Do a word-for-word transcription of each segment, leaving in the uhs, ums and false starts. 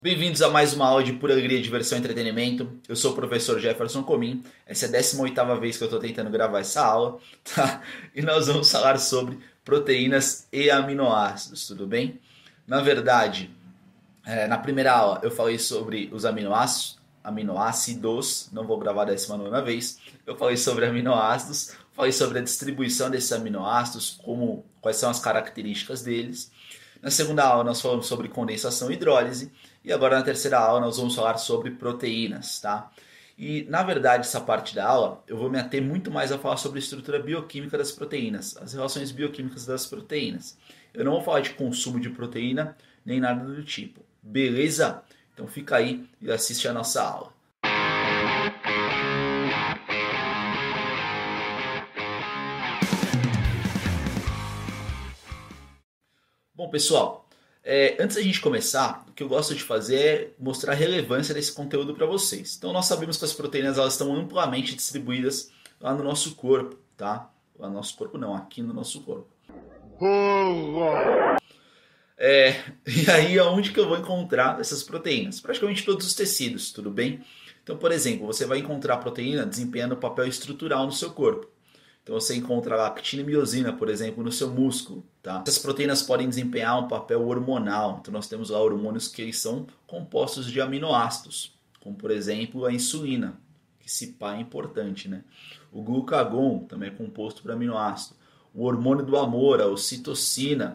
Bem-vindos a mais uma aula de pura alegria, diversão e entretenimento. Eu sou o professor Jefferson Comin. Essa é a décima oitava vez que eu estou tentando gravar essa aula, tá? E nós vamos falar sobre proteínas e aminoácidos, tudo bem? Na verdade, é, na primeira aula eu falei sobre os aminoácidos, aminoácidos, não vou gravar a décima nona vez. Eu falei sobre aminoácidos, falei sobre a distribuição desses aminoácidos, como, quais são as características deles. Na segunda aula nós falamos sobre condensação e hidrólise. E agora na terceira aula nós vamos falar sobre proteínas, tá? E na verdade essa parte da aula eu vou me ater muito mais a falar sobre a estrutura bioquímica das proteínas, as relações bioquímicas das proteínas. Eu não vou falar de consumo de proteína nem nada do tipo, beleza? Então fica aí e assiste a nossa aula. Bom pessoal, É, antes da gente começar, o que eu gosto de fazer é mostrar a relevância desse conteúdo para vocês. Então nós sabemos que as proteínas elas estão amplamente distribuídas lá no nosso corpo, tá? Lá no nosso corpo não, aqui no nosso corpo. É, e aí aonde que eu vou encontrar essas proteínas? Praticamente todos os tecidos, tudo bem? Então, por exemplo, você vai encontrar a proteína desempenhando um papel estrutural no seu corpo. Então você encontra a actina e miosina, por exemplo, no seu músculo. Tá? Essas proteínas podem desempenhar um papel hormonal. Então nós temos lá hormônios que eles são compostos de aminoácidos, como por exemplo a insulina, que esse pá é importante. Né? O glucagon também é composto por aminoácido. O hormônio do amor, a ocitocina,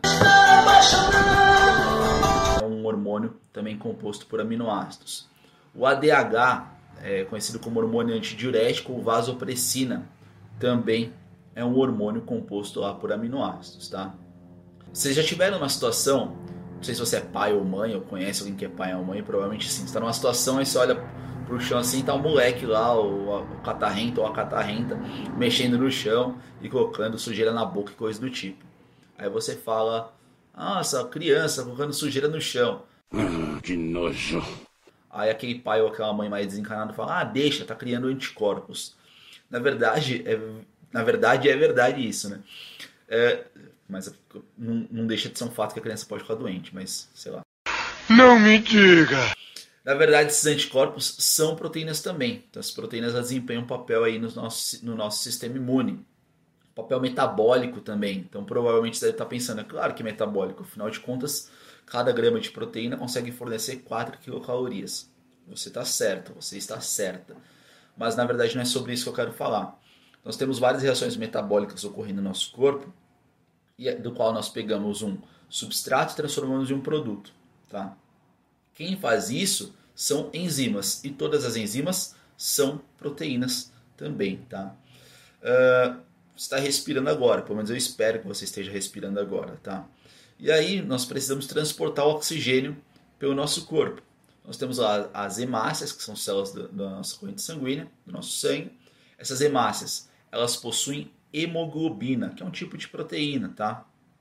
é um hormônio também composto por aminoácidos. O A D H, é conhecido como hormônio antidiurético ou vasopressina, também é um hormônio composto lá por aminoácidos, tá? Vocês já tiveram uma situação, não sei se você é pai ou mãe, ou conhece alguém que é pai ou mãe, provavelmente sim. Você está numa situação e você olha pro chão assim, tá um moleque lá, o, o catarrenta ou a catarrenta, mexendo no chão e colocando sujeira na boca e coisa do tipo. Aí você fala, nossa, criança colocando sujeira no chão. Ah, que nojo. Aí aquele pai ou aquela mãe mais desencanada fala, ah, deixa, tá criando anticorpos. Na verdade, é, na verdade, é verdade isso, né? É, mas não, não deixa de ser um fato que a criança pode ficar doente, mas sei lá. Não me diga! Na verdade, esses anticorpos são proteínas também. Então, as proteínas elas desempenham um papel aí no nosso, no nosso sistema imune. Papel metabólico também. Então, provavelmente você deve estar pensando, é claro que metabólico. Afinal de contas, cada grama de proteína consegue fornecer quatro quilocalorias. Você está certo, você está certa. Mas na verdade não é sobre isso que eu quero falar. Nós temos várias reações metabólicas ocorrendo no nosso corpo, do qual nós pegamos um substrato e transformamos em um produto. Tá? Quem faz isso são enzimas, e todas as enzimas são proteínas também. Tá? Uh, você está respirando agora, pelo menos eu espero que você esteja respirando agora. Tá? E aí nós precisamos transportar o oxigênio pelo nosso corpo. Nós temos lá as hemácias, que são células da, da nossa corrente sanguínea, do nosso sangue. Essas hemácias, elas possuem hemoglobina, que é um tipo de proteína, tá?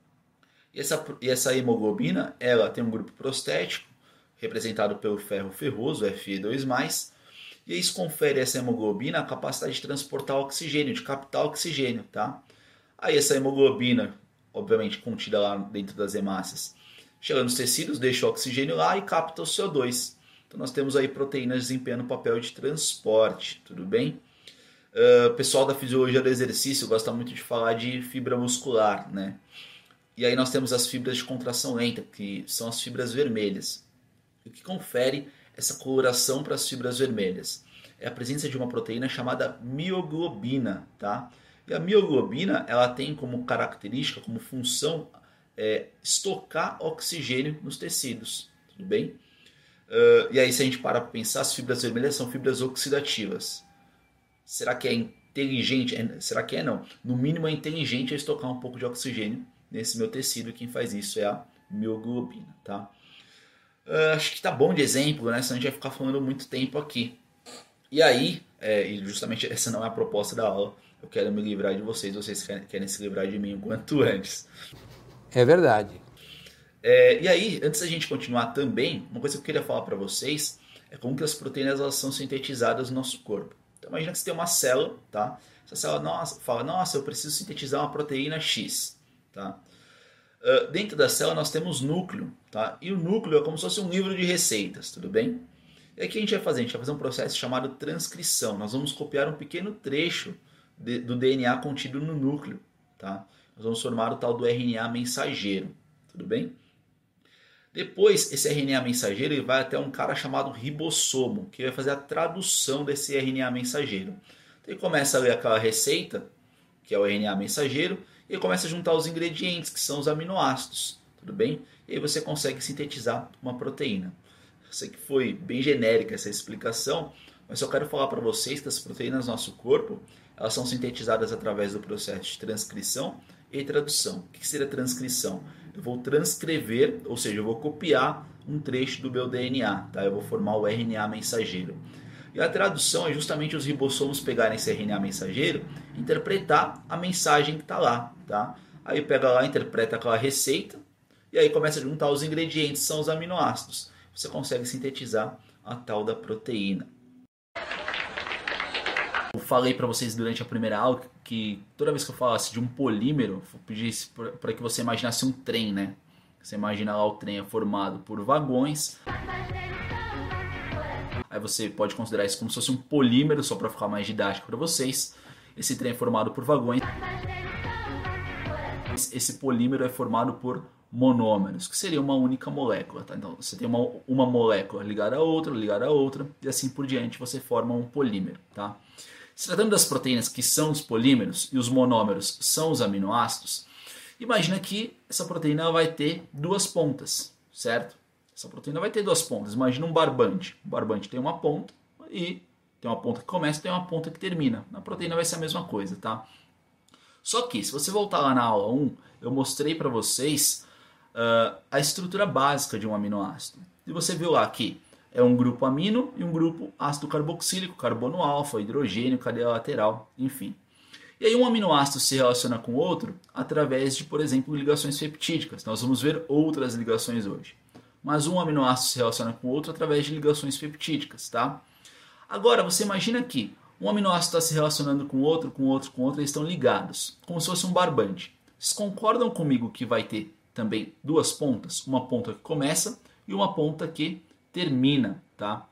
E essa, e essa hemoglobina, ela tem um grupo prostético, representado pelo ferro ferroso, F E dois mais, e isso confere a essa hemoglobina a capacidade de transportar oxigênio, de captar oxigênio, tá? Aí essa hemoglobina, obviamente contida lá dentro das hemácias, chega nos tecidos, deixa o oxigênio lá e capta o C O dois. Então nós temos aí proteínas desempenhando o papel de transporte, tudo bem? O uh, pessoal da fisiologia do exercício gosta muito de falar de fibra muscular, né? E aí nós temos as fibras de contração lenta, que são as fibras vermelhas. O que confere essa coloração para as fibras vermelhas é a presença de uma proteína chamada mioglobina, tá? E a mioglobina, ela tem como característica, como função, é, estocar oxigênio nos tecidos, tudo bem? Uh, e aí se a gente para para pensar, as fibras vermelhas são fibras oxidativas. Será que é inteligente? É, será que é não? No mínimo é inteligente eu estocar um pouco de oxigênio nesse meu tecido. Quem faz isso é a mioglobina, tá? Uh, acho que tá bom de exemplo, né? Senão a gente vai ficar falando muito tempo aqui. E aí, é, e justamente essa não é a proposta da aula. Eu quero me livrar de vocês, vocês querem se livrar de mim o quanto antes. É verdade. É, e aí, antes da gente continuar também, uma coisa que eu queria falar para vocês é como que as proteínas elas são sintetizadas no nosso corpo. Então imagina que você tem uma célula, tá? Essa célula nossa, fala, nossa, eu preciso sintetizar uma proteína X, tá? Uh, dentro da célula nós temos núcleo, tá? E o núcleo é como se fosse um livro de receitas, tudo bem? E aqui a gente vai fazer, a gente vai fazer um processo chamado transcrição. Nós vamos copiar um pequeno trecho de, do D N A contido no núcleo, tá? Nós vamos formar o tal do R N A mensageiro, tudo bem? Depois, esse R N A mensageiro ele vai até um cara chamado ribossomo, que vai fazer a tradução desse R N A mensageiro. Então ele começa a ler aquela receita, que é o R N A mensageiro, e ele começa a juntar os ingredientes, que são os aminoácidos, tudo bem? E aí você consegue sintetizar uma proteína. Eu sei que foi bem genérica essa explicação, mas só quero falar para vocês que as proteínas do nosso corpo, elas são sintetizadas através do processo de transcrição e tradução. O que seria transcrição? Eu vou transcrever, ou seja, eu vou copiar um trecho do meu D N A, tá? Eu vou formar o R N A mensageiro. E a tradução é justamente os ribossomos pegarem esse R N A mensageiro e interpretar a mensagem que está lá, tá? Aí pega lá, interpreta aquela receita e aí começa a juntar os ingredientes, são os aminoácidos. Você consegue sintetizar a tal da proteína. Eu falei para vocês durante a primeira aula que toda vez que eu falasse de um polímero, eu pedisse para que você imaginasse um trem, né? Você imagina lá o trem é formado por vagões. Aí você pode considerar isso como se fosse um polímero, só para ficar mais didático para vocês. Esse trem é formado por vagões. Esse polímero é formado por monômeros, que seria uma única molécula, tá? Então você tem uma, uma molécula ligada a outra, ligada a outra, e assim por diante você forma um polímero, tá? Se tratando das proteínas que são os polímeros e os monômeros são os aminoácidos, imagina que essa proteína ela vai ter duas pontas, certo? Essa proteína vai ter duas pontas. Imagina um barbante. O barbante tem uma ponta e tem uma ponta que começa e tem uma ponta que termina. Na proteína vai ser a mesma coisa, tá? Só que, se você voltar lá na aula um, eu mostrei para vocês uh, a estrutura básica de um aminoácido. E você viu lá que é um grupo amino e um grupo ácido carboxílico, carbono alfa, hidrogênio, cadeia lateral, enfim. E aí um aminoácido se relaciona com outro através de, por exemplo, ligações peptídicas. Nós vamos ver outras ligações hoje. Mas um aminoácido se relaciona com outro através de ligações peptídicas, tá? Agora, você imagina que um aminoácido está se relacionando com outro, com outro, com outro, eles estão ligados, como se fosse um barbante. Vocês concordam comigo que vai ter também duas pontas? Uma ponta que começa e uma ponta que termina, tá?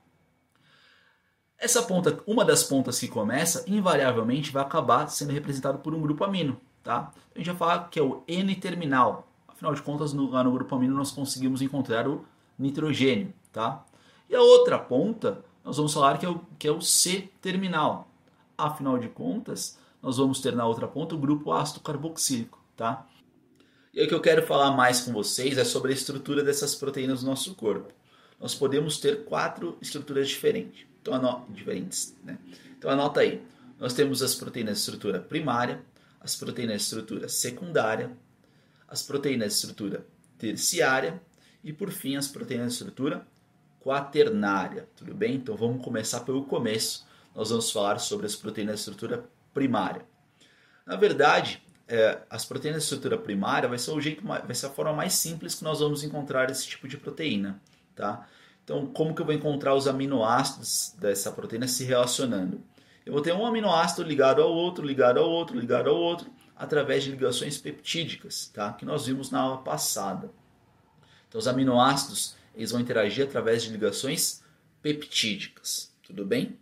Essa ponta, uma das pontas que começa, invariavelmente vai acabar sendo representado por um grupo amino, tá? A gente vai falar que é o N-terminal. Afinal de contas, no, lá no grupo amino nós conseguimos encontrar o nitrogênio, tá? E a outra ponta, nós vamos falar que é o, que é o C-terminal. Afinal de contas, nós vamos ter na outra ponta o grupo ácido carboxílico, tá? E aí o que eu quero falar mais com vocês é sobre a estrutura dessas proteínas do nosso corpo. Nós podemos ter quatro estruturas diferentes. Então, anota, diferentes, né? Então anota aí. Nós temos as proteínas de estrutura primária, as proteínas de estrutura secundária, as proteínas de estrutura terciária e, por fim, as proteínas de estrutura quaternária. Tudo bem? Então vamos começar pelo começo. Nós vamos falar sobre as proteínas de estrutura primária. Na verdade, é, as proteínas de estrutura primária vai ser, o jeito, vai ser a forma mais simples que nós vamos encontrar esse tipo de proteína. Tá? Então, como que eu vou encontrar os aminoácidos dessa proteína se relacionando? Eu vou ter um aminoácido ligado ao outro, ligado ao outro, ligado ao outro, através de ligações peptídicas, tá? Que nós vimos na aula passada. Então, os aminoácidos eles vão interagir através de ligações peptídicas, tudo bem?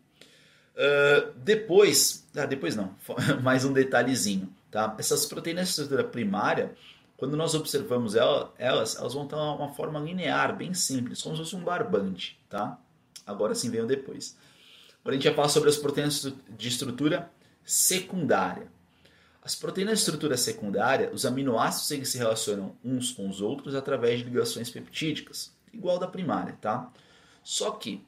Uh, depois, ah, depois não, mais um detalhezinho, tá? Essas proteínas de estrutura primária, quando nós observamos elas, elas vão ter uma forma linear, bem simples, como se fosse um barbante, tá? Agora sim vem o depois. Agora a gente vai falar sobre as proteínas de estrutura secundária. As proteínas de estrutura secundária, os aminoácidos eles se relacionam uns com os outros através de ligações peptídicas, igual da primária, tá? Só que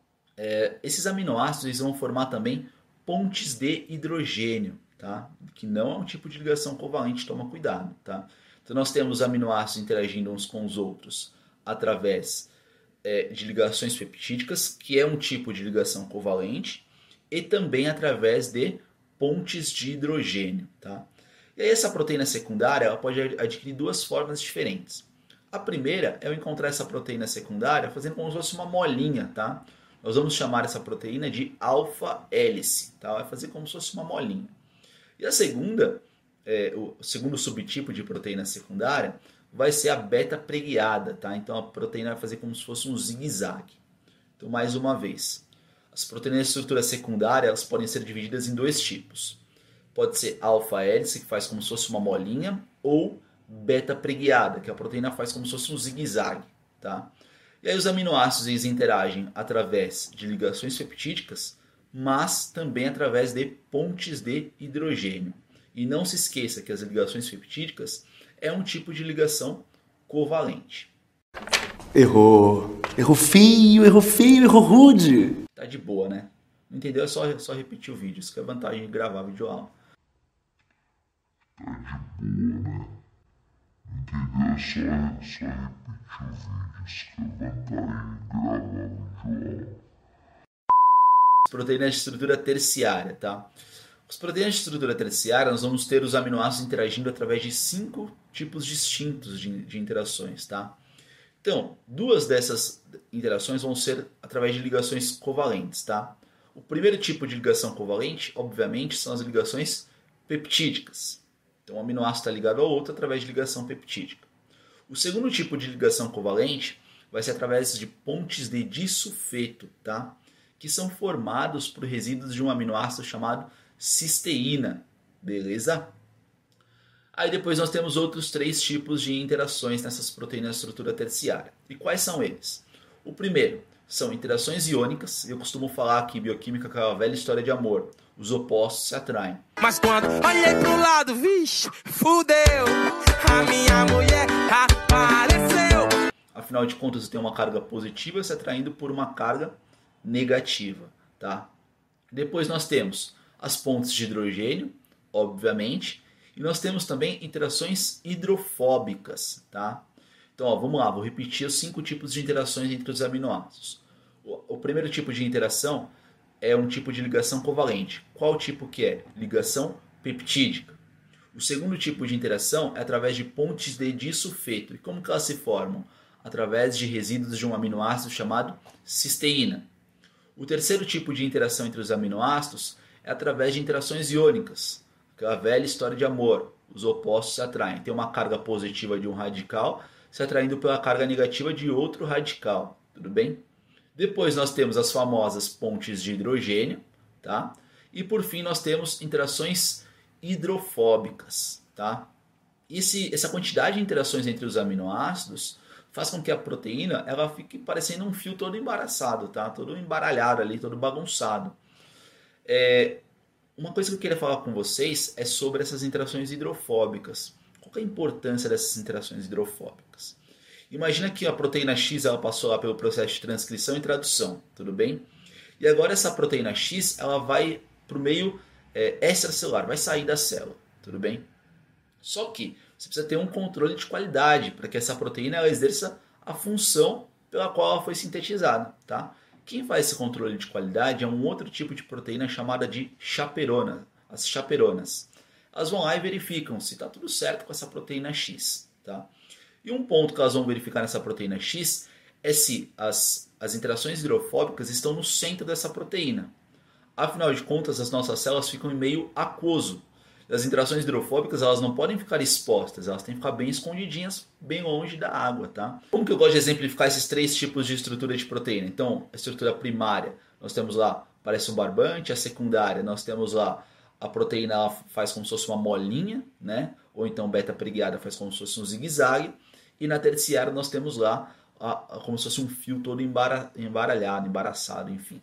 é, esses aminoácidos eles vão formar também pontes de hidrogênio, tá? Que não é um tipo de ligação covalente, toma cuidado, tá? Então nós temos aminoácidos interagindo uns com os outros através é, de ligações peptídicas, que é um tipo de ligação covalente, e também através de pontes de hidrogênio, tá? E aí essa proteína secundária ela pode adquirir duas formas diferentes. A primeira é eu encontrar essa proteína secundária fazendo como se fosse uma molinha, tá? Nós vamos chamar essa proteína de alfa-hélice, tá? Vai fazer como se fosse uma molinha. E a segunda, é, o segundo subtipo de proteína secundária, vai ser a beta preguiada, tá? Então a proteína vai fazer como se fosse um zigue-zague. Então, mais uma vez, as proteínas de estrutura secundária elas podem ser divididas em dois tipos. Pode ser alfa-hélice, que faz como se fosse uma molinha, ou beta preguiada, que a proteína faz como se fosse um zigue-zague, tá? E aí os aminoácidos eles interagem através de ligações peptídicas, mas também através de pontes de hidrogênio. E não se esqueça que as ligações peptídicas é um tipo de ligação covalente. Errou. Errou feio, errou feio, errou rude. Tá de boa, né? Não entendeu? É só, é só repetir o vídeo. Isso que é a vantagem de gravar videoaula. Tá de boa, né? Não entendeu? É só, só repetir o vídeo. Isso que é vantagem de gravar videoaula. Proteínas de estrutura terciária, tá? As proteínas de estrutura terciária, nós vamos ter os aminoácidos interagindo através de cinco tipos distintos de, de interações, tá? Então, duas dessas interações vão ser através de ligações covalentes, tá? O primeiro tipo de ligação covalente, obviamente, são as ligações peptídicas. Então, um aminoácido está ligado ao outro através de ligação peptídica. O segundo tipo de ligação covalente vai ser através de pontes de disulfeto, tá? Que são formados por resíduos de um aminoácido chamado cisteína, beleza? Aí depois nós temos outros três tipos de interações nessas proteínas de estrutura terciária. E quais são eles? O primeiro são interações iônicas. Eu costumo falar que bioquímica é aquela velha história de amor. Os opostos se atraem. Mas quando olhei pro lado, vixe, fudeu, a minha mulher apareceu. Afinal de contas, tem uma carga positiva se atraindo por uma carga negativa, tá? Depois nós temos as pontes de hidrogênio, obviamente, e nós temos também interações hidrofóbicas, tá? Então, ó, vamos lá, vou repetir os cinco tipos de interações entre os aminoácidos. O, o primeiro tipo de interação é um tipo de ligação covalente. Qual tipo que é? Ligação peptídica. O segundo tipo de interação é através de pontes de disulfeto. E como que elas se formam? Através de resíduos de um aminoácido chamado cisteína. O terceiro tipo de interação entre os aminoácidos é através de interações iônicas. Aquela velha história de amor. Os opostos se atraem. Tem uma carga positiva de um radical se atraindo pela carga negativa de outro radical. Tudo bem? Depois nós temos as famosas pontes de hidrogênio. Tá? E por fim nós temos interações hidrofóbicas. Tá? Esse, essa quantidade de interações entre os aminoácidos faz com que a proteína ela fique parecendo um fio todo embaraçado, tá? Todo embaralhado ali, todo bagunçado. É, uma coisa que eu queria falar com vocês é sobre essas interações hidrofóbicas. Qual que é a importância dessas interações hidrofóbicas? Imagina que a proteína X ela passou lá pelo processo de transcrição e tradução, tudo bem? E agora essa proteína X ela vai para o meio é, extracelular, vai sair da célula, tudo bem? Só que você precisa ter um controle de qualidade para que essa proteína ela exerça a função pela qual ela foi sintetizada, tá? Quem faz esse controle de qualidade é um outro tipo de proteína chamada de chaperona, as chaperonas. Elas vão lá e verificam se está tudo certo com essa proteína X, tá? E um ponto que elas vão verificar nessa proteína X é se as, as interações hidrofóbicas estão no centro dessa proteína. Afinal de contas, as nossas células ficam em meio aquoso. As interações hidrofóbicas elas não podem ficar expostas, elas têm que ficar bem escondidinhas, bem longe da água, tá? Como que eu gosto de exemplificar esses três tipos de estrutura de proteína? Então, a estrutura primária, nós temos lá, parece um barbante, a secundária, nós temos lá, a proteína ela faz como se fosse uma molinha, né? Ou então beta preguiada faz como se fosse um zigue-zague, e na terciária nós temos lá, a, a, como se fosse um fio todo embara, embaralhado, embaraçado, enfim.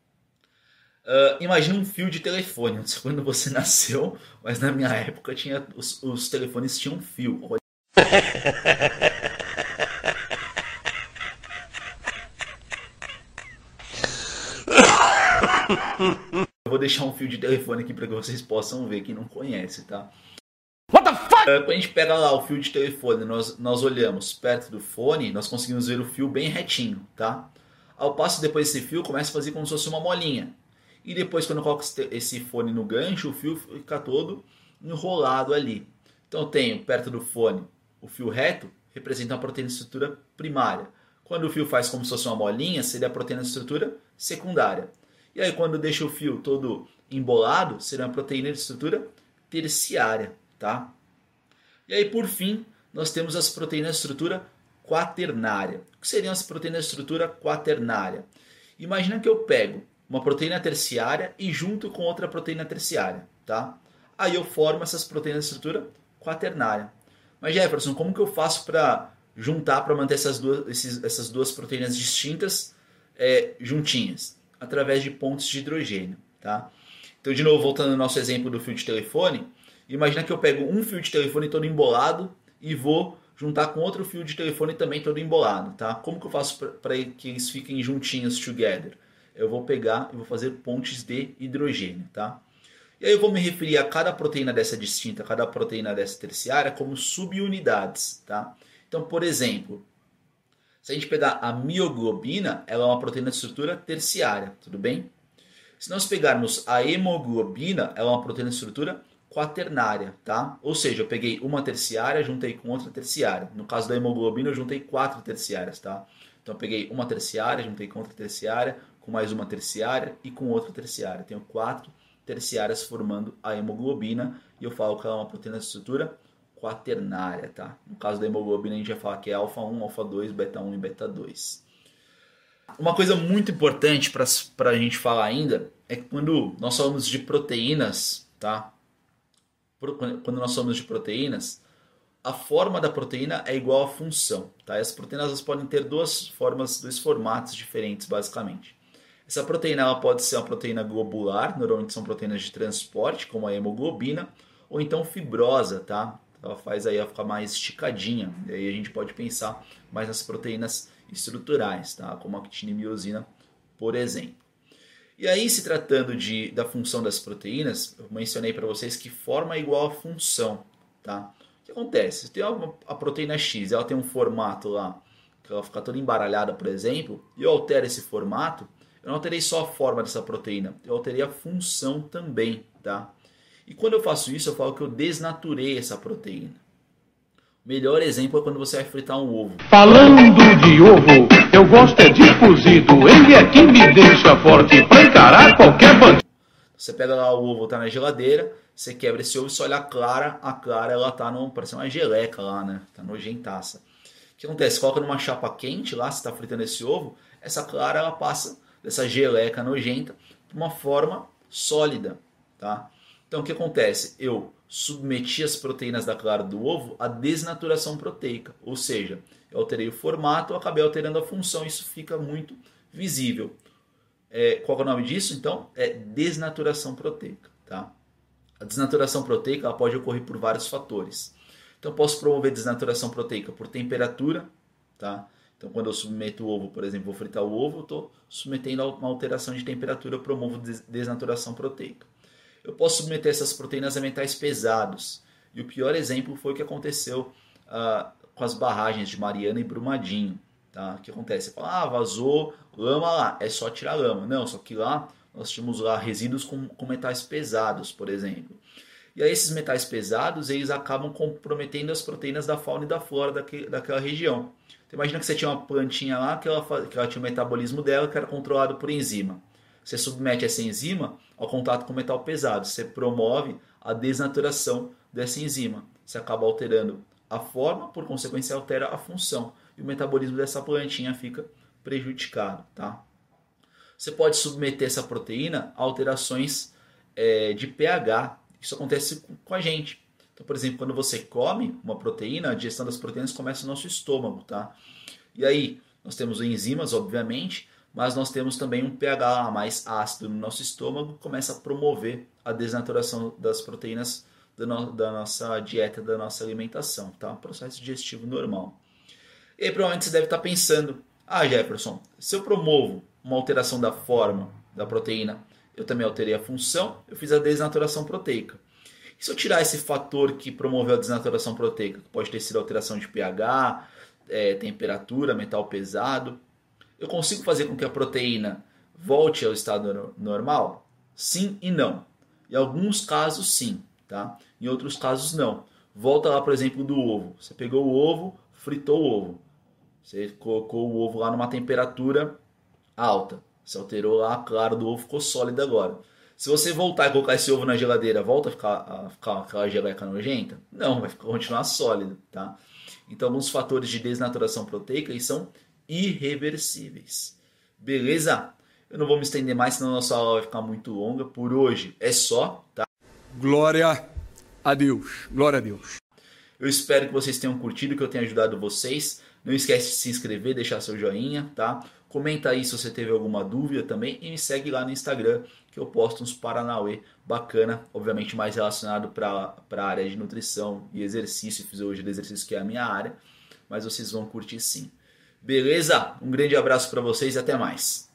Uh, imagina um fio de telefone, não sei quando você nasceu, mas na minha época tinha, os, os telefones tinham fio. Eu vou deixar um fio de telefone aqui para que vocês possam ver, quem não conhece, tá? What the fuck? Uh, quando a gente pega lá o fio de telefone, nós, nós olhamos perto do fone, nós conseguimos ver o fio bem retinho, tá? Ao passo depois esse fio começa a fazer como se fosse uma molinha. E depois, quando eu coloco esse fone no gancho, o fio fica todo enrolado ali. Então, eu tenho perto do fone o fio reto, representa uma proteína de estrutura primária. Quando o fio faz como se fosse uma bolinha, seria a proteína de estrutura secundária. E aí, quando eu deixo o fio todo embolado, seria uma proteína de estrutura terciária, tá? E aí, por fim, nós temos as proteínas de estrutura quaternária. O que seriam as proteínas de estrutura quaternária? Imagina que eu pego uma proteína terciária e junto com outra proteína terciária, tá? Aí eu formo essas proteínas de estrutura quaternária. Mas Jefferson, como que eu faço para juntar, para manter essas duas, esses, essas duas proteínas distintas é, juntinhas? Através de pontos de hidrogênio, tá? Então, de novo, voltando ao nosso exemplo do fio de telefone, imagina que eu pego um fio de telefone todo embolado e vou juntar com outro fio de telefone também todo embolado, tá? Como que eu faço para que eles fiquem juntinhos together? Eu vou pegar e vou fazer pontes de hidrogênio, tá? E aí eu vou me referir a cada proteína dessa distinta, a cada proteína dessa terciária como subunidades, tá? Então, por exemplo, se a gente pegar a mioglobina, ela é uma proteína de estrutura terciária, tudo bem? Se nós pegarmos a hemoglobina, ela é uma proteína de estrutura quaternária, tá? Ou seja, eu peguei uma terciária, juntei com outra terciária. No caso da hemoglobina, eu juntei quatro terciárias, tá? Então eu peguei uma terciária, juntei com outra terciária, com mais uma terciária e com outra terciária. Tenho quatro terciárias formando a hemoglobina e eu falo que ela é uma proteína de estrutura quaternária, tá? No caso da hemoglobina, a gente vai falar que é alfa um, alfa dois, beta um e beta dois. Uma coisa muito importante para a gente falar ainda é que quando nós falamos de proteínas, tá? Quando nós falamos de proteínas, a forma da proteína é igual à função, tá? E as proteínas elas podem ter duas formas, dois formatos diferentes, basicamente. Essa proteína ela pode ser uma proteína globular, normalmente são proteínas de transporte, como a hemoglobina, ou então fibrosa, tá? Ela faz aí ela ficar mais esticadinha, e aí a gente pode pensar mais nas proteínas estruturais, tá? Como a actina e miosina, por exemplo. E aí, se tratando de, da função das proteínas, eu mencionei para vocês que forma é igual a função, tá? O que acontece? Se tem uma, a proteína X, ela tem um formato lá, que ela fica toda embaralhada, por exemplo, e eu altero esse formato, eu não alterei só a forma dessa proteína, eu alterei a função também, tá? E quando eu faço isso, eu falo que eu desnaturei essa proteína. O melhor exemplo é quando você vai fritar um ovo. Falando de ovo, eu gosto é de cozido. Ele é que me deixa forte pra encarar qualquer bandido. Você pega lá o ovo, tá na geladeira, você quebra esse ovo e você olha a clara, a clara ela tá no, parece uma geleca lá, né? Tá nojentaça. O que acontece? Você coloca numa chapa quente lá, você tá fritando esse ovo, essa clara ela passa dessa geleca nojenta para uma forma sólida, tá? Então o que acontece? Eu submeti as proteínas da clara do ovo à desnaturação proteica, ou seja, eu alterei o formato, eu acabei alterando a função, isso fica muito visível. É, qual é o nome disso? Então, é desnaturação proteica, tá? A desnaturação proteica ela pode ocorrer por vários fatores. Então, eu posso promover desnaturação proteica por temperatura, tá? Então, quando eu submeto o ovo, por exemplo, vou fritar o ovo, eu estou submetendo a uma alteração de temperatura, eu promovo desnaturação proteica. Eu posso submeter essas proteínas a metais pesados. E o pior exemplo foi o que aconteceu uh, com as barragens de Mariana e Brumadinho. Tá? O que acontece? Você fala, ah, vazou lama lá, é só tirar lama. Não, só que lá nós tínhamos lá resíduos com, com metais pesados, por exemplo. E aí esses metais pesados, eles acabam comprometendo as proteínas da fauna e da flora daquele, daquela região. Então, imagina que você tinha uma plantinha lá, que ela, que ela tinha o metabolismo dela, que era controlado por enzima. Você submete essa enzima ao contato com metal pesado. Você promove a desnaturação dessa enzima. Você acaba alterando a forma, por consequência altera a função. E o metabolismo dessa plantinha fica prejudicado. Tá? Você pode submeter essa proteína a alterações é, de pH. Isso acontece com a gente. Então, por exemplo, quando você come uma proteína, a digestão das proteínas começa no nosso estômago. Tá? E aí, nós temos enzimas, obviamente, mas nós temos também um pH mais ácido no nosso estômago que começa a promover a desnaturação das proteínas da, no, da nossa dieta, da nossa alimentação, tá? Processo digestivo normal. E aí provavelmente você deve estar pensando, ah, Jefferson, se eu promovo uma alteração da forma da proteína, eu também alterei a função, eu fiz a desnaturação proteica. E se eu tirar esse fator que promoveu a desnaturação proteica, que pode ter sido alteração de pH, é, temperatura, metal pesado, eu consigo fazer com que a proteína volte ao estado normal? Sim e não. Em alguns casos, sim. Tá? Em outros casos, não. Volta lá, por exemplo, do ovo. Você pegou o ovo, fritou o ovo. Você colocou o ovo lá numa temperatura alta. Você alterou lá, a clara do ovo ficou sólida agora. Se você voltar e colocar esse ovo na geladeira, volta a ficar, a ficar aquela geleca nojenta? Não, vai continuar sólido. Tá? Então, alguns fatores de desnaturação proteica eles são irreversíveis. Beleza? Eu não vou me estender mais, senão a nossa aula vai ficar muito longa. Por hoje é só, tá? Glória a Deus. Glória a Deus. Eu espero que vocês tenham curtido, que eu tenha ajudado vocês. Não esquece de se inscrever, deixar seu joinha, tá? Comenta aí se você teve alguma dúvida também e me segue lá no Instagram, que eu posto uns paranauê bacana, obviamente mais relacionado para a área de nutrição e exercício, fisiologia do exercício, que é a minha área, mas vocês vão curtir sim. Beleza? Um grande abraço para vocês e até mais.